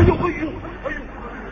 呦哎呦哎呦！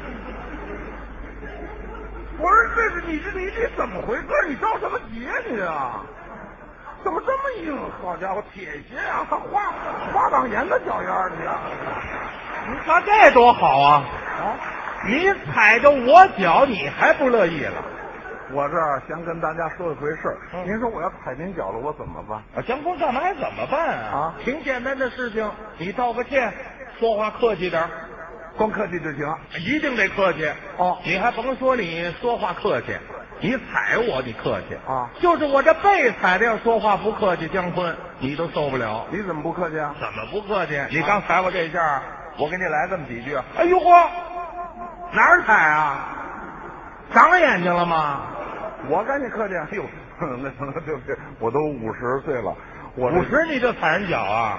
我说这是你怎么回事？你着什么急你啊？怎么这么硬？好家伙，铁鞋啊，花岗岩的脚丫子呀！ 你看这多好啊！ 啊， 你踩着我脚，你还不乐意了？ 我这儿想跟大家说一回事。您说我要踩您脚了，我怎么办？ 啊，江峰干嘛还怎么办啊？ 啊， 挺简单的事情，你道个歉，说话客气点， 光客气就行。 一定得客气。 哦， 你还甭说你说话客气，你踩我你客气啊， 就是我这被踩的要说话不客气，姜昆你都受不了。 你怎么不客气啊？ 怎么不客气？你刚踩我这下，我给你来这么几句。哎呦嚯，哪儿踩啊？长眼睛了吗？ 我赶紧客气。哎呦，那对不对？我都50岁了，我 50你就踩人脚啊？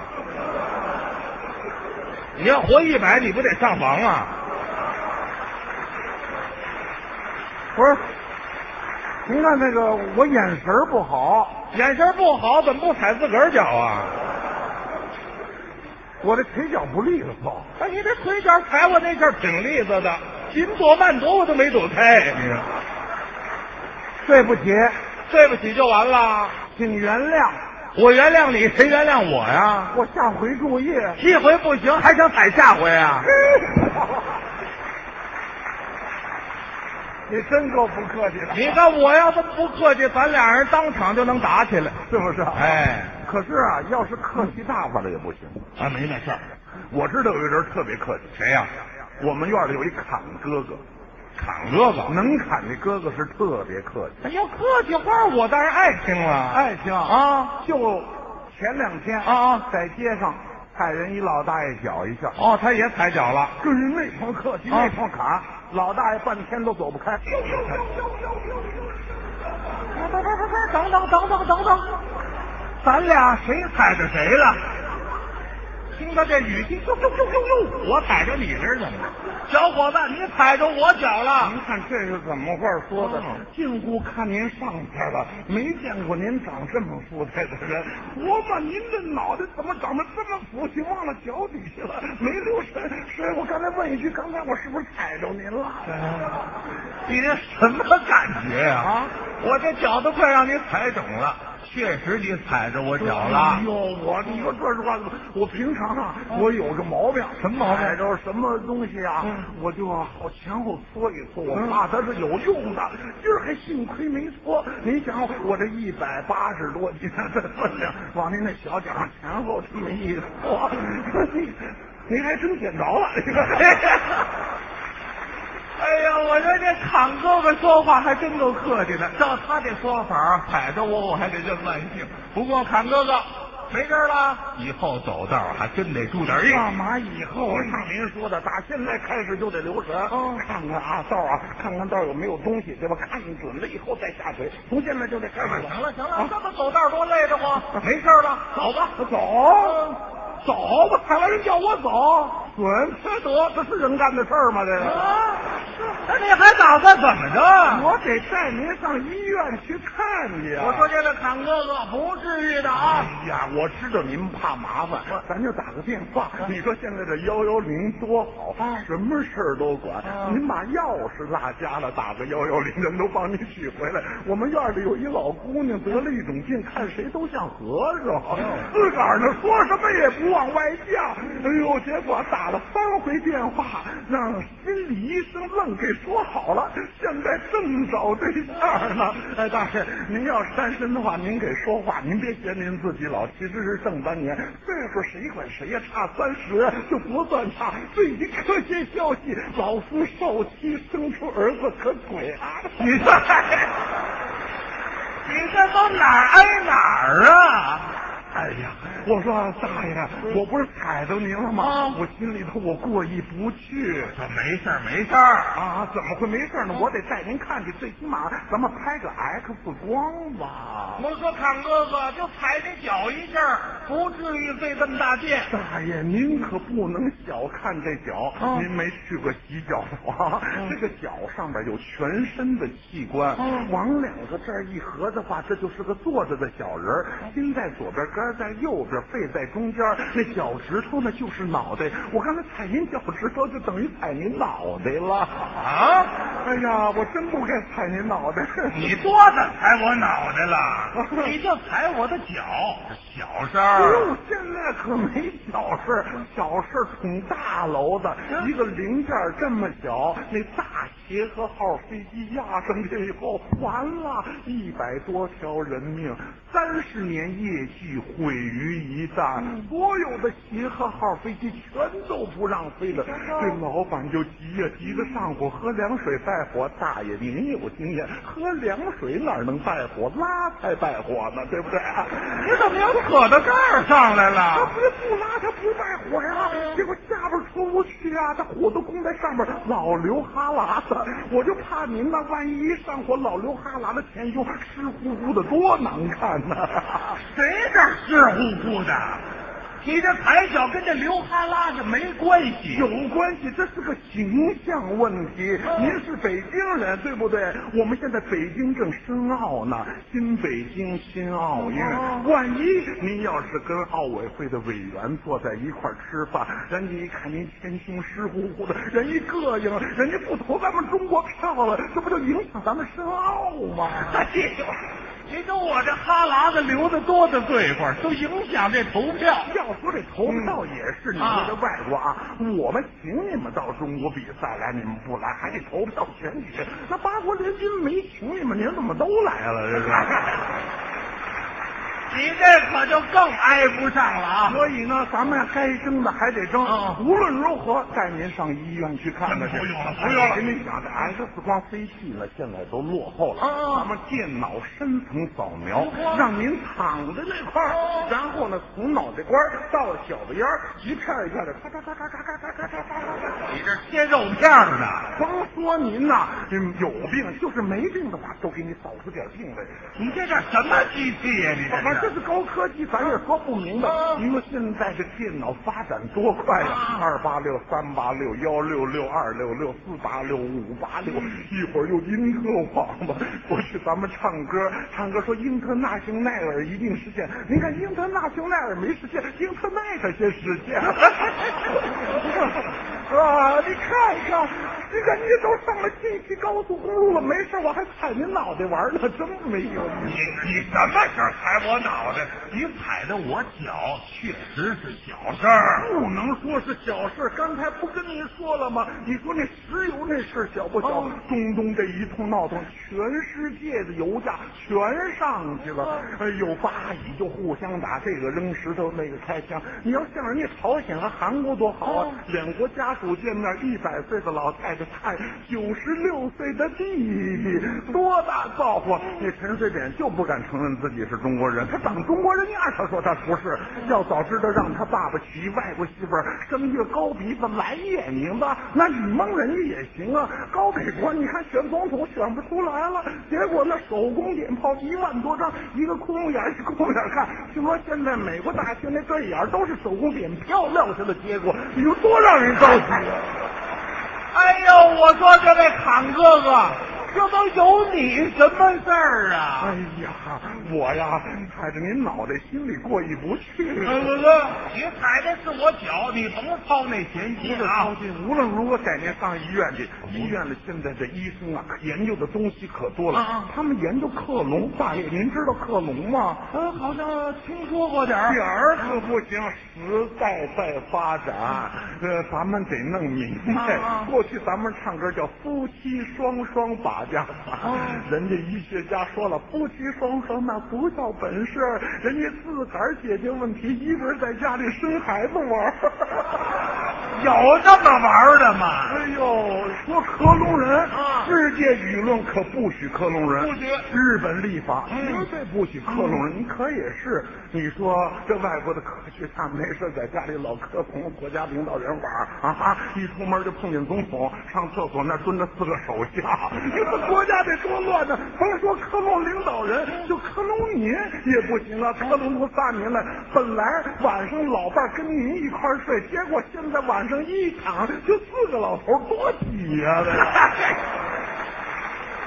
你要活100，你不得上房啊？ 不是。您看那个，我眼神不好， 眼神不好，怎么不踩自个儿脚啊？ 我这腿脚不利索。 哎，你这腿脚踩我那下挺利索的，紧躲慢躲我都没躲开。你说， 对不起， 对不起就完了， 请原谅。 我原谅你，谁原谅我呀？ 我下回注意。 一回不行，还想踩下回啊？ 你真够不客气的。 你看我要这么不客气，咱俩人当场就能打起来， 是不是？ 哎， 可是啊，要是客气大发的也不行啊，没那事儿。 我知道有一人特别客气， 谁呀？ 我们院里有一侃哥哥， 侃哥哥， 能侃的哥哥是特别客气。 哎呀，客气话我当然爱听了， 爱听啊。 就前2天啊， 在街上踩人一老大爷脚一下。 哦，他也踩脚了， 至于那通客气，那通侃，老大爷半天都走不开。 等，咱俩谁踩着谁了？听他这语气，呦，我踩着你这儿呢。小伙子，你踩着我脚了。 您看这是怎么话说的？净顾看您上边了，没见过您长这么富态的人。我把您这脑袋怎么长得这么浮起，忘了脚底下了，没留神。所以我刚才问一句，刚才我是不是踩着您了？ 你这什么感觉呀？啊，我这脚都快让你踩肿了。确实你踩着我脚了。 哎呦，你说这实话，我平常啊，我有个毛病， 什么毛病？ 踩着什么东西啊，我就好前后搓一搓，我怕它是有用的。今儿还幸亏没搓。您想，我这180多斤的分量，往您那小脚上前后这么一搓，你还真捡着了。 哎呀，我说这侃哥哥说话还真够客气的，照他这说法，踩着我还得认万幸。不过侃哥哥没事了，以后走道还真得注点意。 干嘛以后？像您说的，打现在开始就得留神，看看啊道啊，看看道有没有东西，对吧？看准了以后再下腿，从现在就得开始了。 行了，这么走道多累得慌。没事了，走吧， 走吧，踩完人叫我走，准得，这是人干的事儿吗？这个。 那你还打算怎么着？ 我得带您上医院去看去啊！ 我说这个侃哥哥不至于的啊！ 哎呀，我知道您怕麻烦，咱就打个电话。你说现在这110多好，什么事儿都管。您把钥匙落家了，打个110，人都帮你取回来。我们院里有一老姑娘得了一种病，看谁都像和尚，自个儿呢说什么也不往外犟。哎呦，结果打了3回电话，让心理医生愣给说好了，现在正找对象呢。哎，大爷，您要单身的话，您给说话，您别嫌您自己老，其实是正当年，岁数谁管谁呀，差30就不算差。最近科学消息，老夫少妻生出儿子，可鬼啊！ 你这都哪儿挨哪儿啊？ 哎呀，我说大爷，我不是踩着您了吗？我心里头我过意不去。 没事儿啊，怎么会没事呢？我得带您看去，最起码咱们拍个 X 光吧。 我说侃哥哥，就踩你脚一下，不至于费这么大劲。 大爷，您可不能小看这脚，您没去过洗脚房，这个脚上边有全身的器官，往2个这儿一合的话，这就是个坐着的小人，心在左边，肝尖在右边，肺在中间，那脚趾头呢就是脑袋。我刚才踩您脚趾头，就等于踩您脑袋了啊！ 哎呀，我真不该踩您脑袋。 你多大踩我脑袋了？你就踩我的脚，小事儿。 哟，现在可没小事，小事捅大娄子，一个零件这么小，那大协和号飞机压上去以后，完了，100多条人命，30年业绩毁于一旦，所有的协和号飞机全都不让飞了。这老板就急呀，急得上火，喝凉水败火。大爷您有经验，喝凉水哪能败火？拉才败火呢，对不对？ 你怎么又扯到这儿上来了？ 他不拉，他不败火呀，结果下边出不去啊，他火都供在上面，老流哈喇子。我就怕您呢，万一一上火老流哈喇子，前胸湿乎乎的，多难看呢！ 谁这湿乎乎的？你这踩脚跟这流哈喇子没关系， 有关系，这是个形象问题。您是北京人，对不对？我们现在北京正申奥呢，新北京新奥运。万一您要是跟奥委会的委员坐在一块吃饭，人家一看您前胸湿乎乎的，人一膈应，人家不投咱们中国票了，这不就影响咱们申奥吗？ 你说我这哈喇子流的多的罪过，都影响这投票。 要说这投票也是，你说这外国啊，我们请你们到中国比赛来，你们不来，还得投票选举。那八国联军没请你们，您怎么都来了？这是。 你这可就更挨不上了啊！ 所以呢，咱们该争的还得争。无论如何，带您上医院去看看去。 不用了，不用了。 跟您讲，这 X 光飞器呢，现在都落后了。咱们电脑深层扫描，让您躺在那块儿，然后呢，从脑袋瓜到小子眼儿，一片一片的，咔嚓咔嚓咔嚓咔嚓咔嚓。 你这切肉片呢？ 甭说您呐，有病，就是没病的话，都给你扫出点病来。 你这叫什么机器呀？你这是高科技，咱也说不明白。因为现在这电脑发展多快呀！286、386、166、266、486、586，一会儿又因特网吧。过去咱们唱歌说英特纳雄耐尔一定实现，您看英特纳雄耐尔没实现，英特耐克先实现。啊，你看一看，人家都上了信息高速公路了，没事我还踩您脑袋玩呢，真没有。 你什么时候踩我脑袋？你踩的我脚，确实是小事儿， 不能说是小事。刚才不跟您说了吗？你说那石油那事小不小？中东这一通闹腾，全世界的油价全上去了。有巴以就互相打，这个扔石头，那个开枪。你要像人家朝鲜和韩国多好啊！两国家属见面，100岁的老太太看96岁的弟弟，多大造化！那陈水扁就不敢承认自己是中国人，他长中国人样，他说他不是。要早知道让他爸爸娶外国媳妇儿，生一个高鼻子蓝眼睛的，那你蒙人家也行啊。高美国你看选总统选不出来了，结果那手工点炮1万多张，一个窟窿眼一个窟窿眼看。听说现在美国大学那对眼都是手工点票撂下的结果，你说多让人着急啊！ 哎呦，我说这位侃哥哥，这都有你什么事儿啊？ 哎呀，我呀踩着您脑袋，心里过意不去。 哥，你踩的是我脚，你甭操那闲心啊！ 无论如何带您上医院去。医院里现在这医生啊，研究的东西可多了。他们研究克隆。大爷，您知道克隆吗？ 好像听说过点儿可不行，时代在发展，咱们得弄明白。过去咱们唱歌叫夫妻双双把家法，人家医学家说了，夫妻双双那不叫本事，人家自个儿解决问题，一个人在家里生孩子玩。 有这么玩的吗？ 哎呦，说克隆人，世界舆论可不许克隆人， 不许。 日本立法绝对不许克隆人。你可也是，你说这外国的科学家没事在家里老克隆国家领导人玩啊，一出门就碰见总统，上厕所那蹲着4个手下，你说国家得多乱呢！甭说克隆领导人，就克隆您也不行啊！克隆出3年来，本来晚上老伴跟您一块睡，结果现在晚上一躺就4个老头，多挤呀！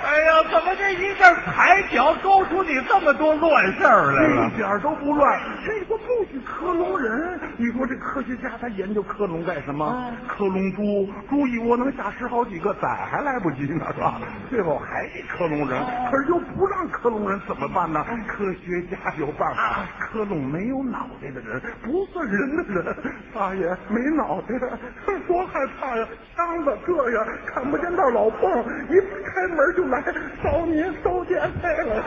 哎呀，怎么这一阵踩脚勾出你这么多乱事儿来了？ 一点都不乱。这个不许克隆人。你说这科学家他研究克隆干什么？克隆猪，猪一窝能下10好几个，宰还来不及呢，是吧？最后还得克隆人，可是又不让克隆人，怎么办呢？科学家有办法，克隆没有脑袋的人，不算人的人。大爷没脑袋的，多害怕呀！箱子这样看不见道老碰，一开门就来找您收电费了。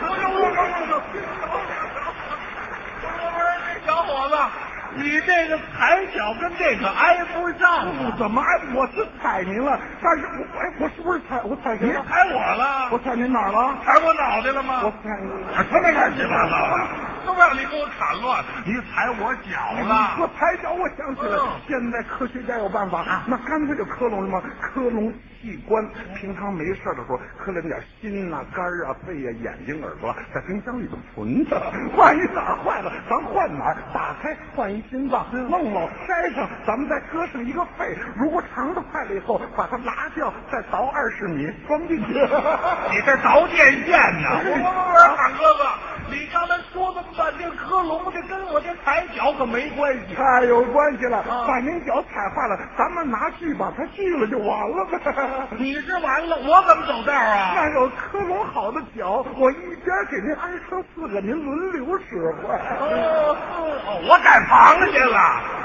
小伙子，你这个踩脚跟这个挨不上， 怎么挨？我是踩您了，但是我是不是踩？我踩谁了？ 你踩我了？ 我踩您哪儿了？ 踩我脑袋了吗？ 我踩你， 什么乱七八糟的，都让你给我铲乱！你踩我脚了？ 我踩脚，我想起来，现在科学家有办法，那干脆就克隆什么？克隆器官。平常没事的时候，克隆点心啊、肝啊、肺啊、眼睛、耳朵，在冰箱里头存着。万一哪儿坏了，咱换哪儿？打开换一心脏，弄了筛上，咱们再搁上一个肺。如果肠子坏了以后，把它拿掉，再倒20米装进去。 你这倒电线呢？我喊哥哥，你刚才说这么半天克隆，这跟我这踩脚可没关系。 太有关系了，把您脚踩坏了，咱们拿锯把它锯了就完了呗。 你是完了，我怎么走道啊？ 那有克隆好的脚，我一边给您安上4个，您轮流使唤。 我改房去了。